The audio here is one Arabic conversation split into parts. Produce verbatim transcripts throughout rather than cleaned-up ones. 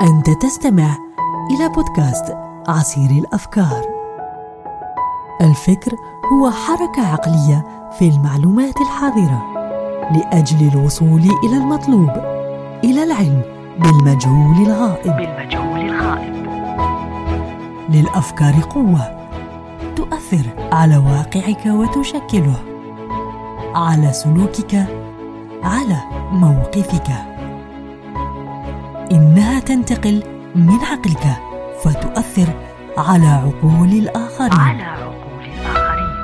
أنت تستمع إلى بودكاست عصير الأفكار. الفكر هو حركة عقلية في المعلومات الحاضرة لأجل الوصول إلى المطلوب، إلى العلم بالمجهول الغائب. بالمجهول الغائب. للأفكار قوة تؤثر على واقعك وتشكله، على سلوكك، على موقفك. إنها تنتقل من عقلك فتؤثر على عقول الآخرين. على عقول الآخرين.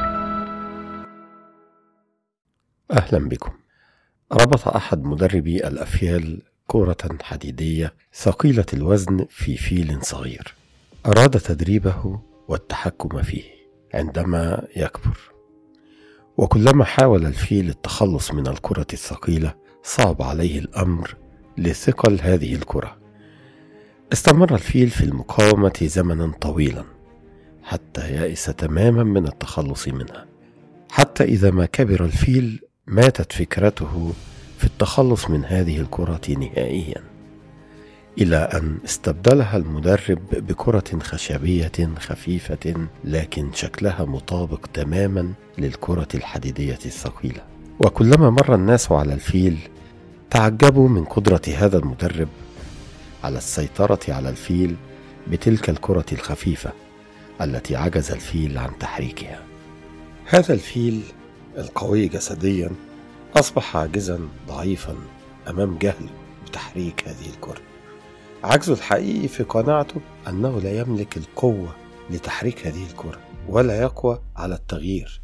أهلا بكم. ربط أحد مدربي الأفيال كرة حديدية ثقيلة الوزن في فيل صغير، أراد تدريبه والتحكم فيه عندما يكبر، وكلما حاول الفيل التخلص من الكرة الثقيلة صعب عليه الأمر لثقل هذه الكرة. استمر الفيل في المقاومة زمنا طويلا حتى يأس تماما من التخلص منها، حتى إذا ما كبر الفيل ماتت فكرته في التخلص من هذه الكرة نهائيا، إلى أن استبدلها المدرب بكرة خشبية خفيفة لكن شكلها مطابق تماما للكرة الحديدية الثقيلة. وكلما مر الناس على الفيل تعجبوا من قدرة هذا المدرب على السيطرة على الفيل بتلك الكرة الخفيفة التي عجز الفيل عن تحريكها. هذا الفيل القوي جسديا أصبح عاجزا ضعيفا أمام جهله بتحريك هذه الكرة. عجزه الحقيقي في قناعته أنه لا يملك القوة لتحريك هذه الكرة ولا يقوى على التغيير.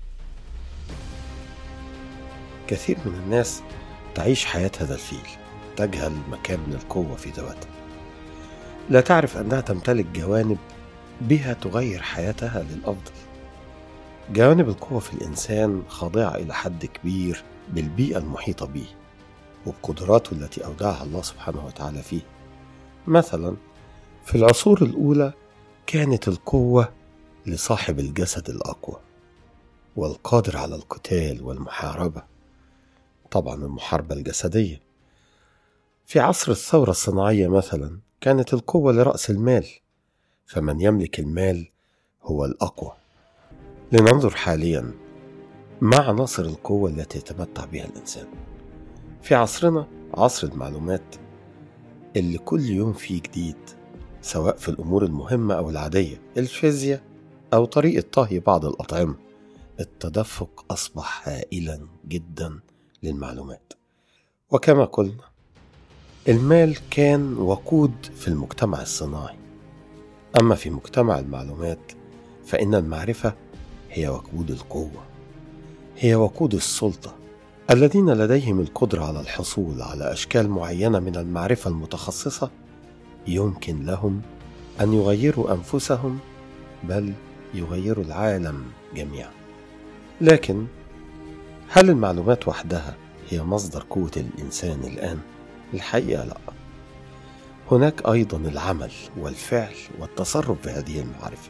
كثير من الناس تعيش حياة هذا الفيل، تجهل مكان من القوة في ذاتها، لا تعرف أنها تمتلك جوانب بها تغير حياتها للأفضل. جوانب القوة في الإنسان خاضعة إلى حد كبير بالبيئة المحيطة به وبقدراته التي أودعها الله سبحانه وتعالى فيه. مثلا في العصور الأولى كانت القوة لصاحب الجسد الأقوى والقادر على القتال والمحاربة، طبعا المحاربة الجسدية. في عصر الثورة الصناعية مثلا كانت القوة لرأس المال، فمن يملك المال هو الأقوى. لننظر حاليا ما عناصر القوة التي يتمتع بها الإنسان. في عصرنا عصر المعلومات اللي كل يوم فيه جديد، سواء في الأمور المهمة أو العادية، الفيزياء أو طريقة طهي بعض الأطعمة، التدفق أصبح هائلا جدا للمعلومات. وكما قلنا المال كان وقود في المجتمع الصناعي، أما في مجتمع المعلومات فإن المعرفة هي وقود القوة، هي وقود السلطة. الذين لديهم القدرة على الحصول على أشكال معينة من المعرفة المتخصصة يمكن لهم أن يغيروا أنفسهم، بل يغيروا العالم جميعا. لكن هل المعلومات وحدها هي مصدر قوة الإنسان الآن؟ الحقيقة لا، هناك أيضا العمل والفعل والتصرف بهذه المعرفة،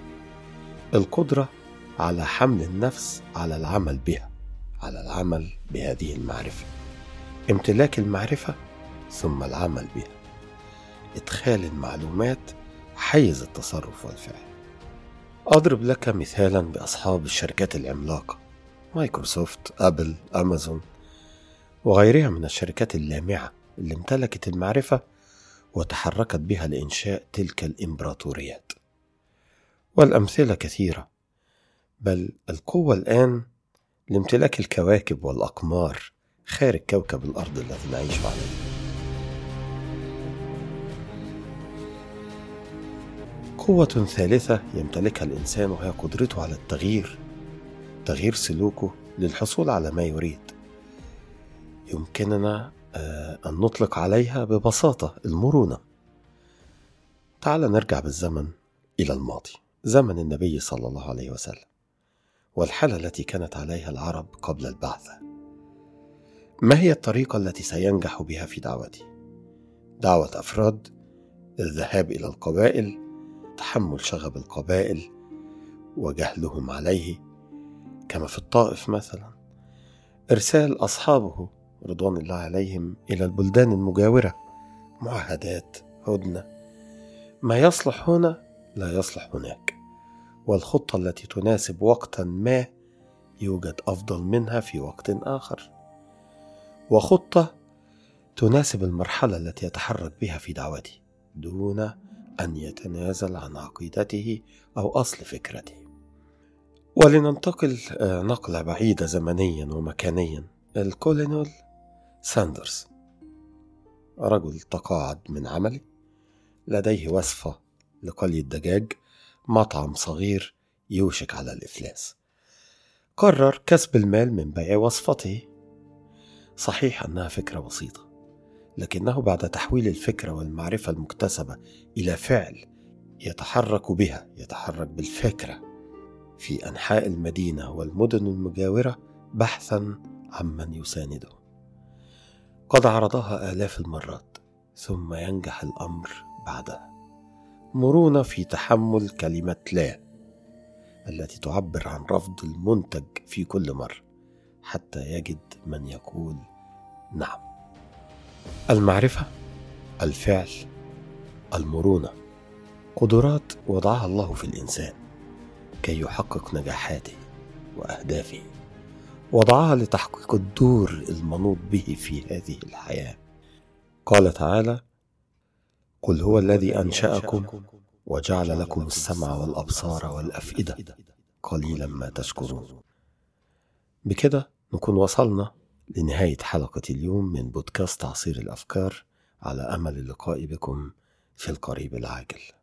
القدرة على حمل النفس على العمل بها، على العمل بهذه المعرفة، امتلاك المعرفة ثم العمل بها، إدخال المعلومات حيز التصرف والفعل. أضرب لك مثالا بأصحاب الشركات العملاقة، مايكروسوفت، أبل، أمازون وغيرها من الشركات اللامعة اللي امتلكت المعرفة وتحركت بها لإنشاء تلك الإمبراطوريات. والأمثلة كثيرة، بل القوة الآن لامتلاك الكواكب والأقمار خارج كوكب الأرض الذي نعيش عليه. قوة ثالثة يمتلكها الإنسان وهي قدرته على التغيير، تغيير سلوكه للحصول على ما يريد. يمكننا أن نطلق عليها ببساطة المرونة. تعال نرجع بالزمن إلى الماضي، زمن النبي صلى الله عليه وسلم والحالة التي كانت عليها العرب قبل البعثة. ما هي الطريقة التي سينجح بها في دعوته؟ دعوة أفراد، الذهاب إلى القبائل، تحمل شغب القبائل وجهلهم عليه، كما في الطائف مثلا، إرسال أصحابه رضوان الله عليهم إلى البلدان المجاورة، معاهدات هدنة. ما يصلح هنا لا يصلح هناك، والخطة التي تناسب وقتا ما يوجد أفضل منها في وقت آخر، وخطة تناسب المرحلة التي يتحرك بها في دعوته دون أن يتنازل عن عقيدته أو أصل فكرته. ولننتقل نقلة بعيدة زمنيا ومكانيا. الكولونيل ساندرز رجل تقاعد من عمله، لديه وصفة لقلي الدجاج، مطعم صغير يوشك على الإفلاس. قرر كسب المال من بيع وصفته. صحيح أنها فكرة بسيطة، لكنه بعد تحويل الفكرة والمعرفة المكتسبة إلى فعل يتحرك بها، يتحرك بالفكرة في أنحاء المدينة والمدن المجاورة بحثا عمن يسانده. قد عرضها آلاف المرات، ثم ينجح الأمر بعدها. مرونة في تحمل كلمة لا التي تعبر عن رفض المنتج في كل مرة حتى يجد من يقول نعم. المعرفة، الفعل، المرونة، قدرات وضعها الله في الإنسان كي يحقق نجاحاته وأهدافه، وضعها لتحقيق الدور المنوط به في هذه الحياة. قال تعالى: قل هو الذي أنشأكم وجعل لكم السمع والأبصار والأفئدة قليلا ما تشكرون. بكده نكون وصلنا لنهاية حلقة اليوم من بودكاست عصير الأفكار، على أمل اللقاء بكم في القريب العاجل.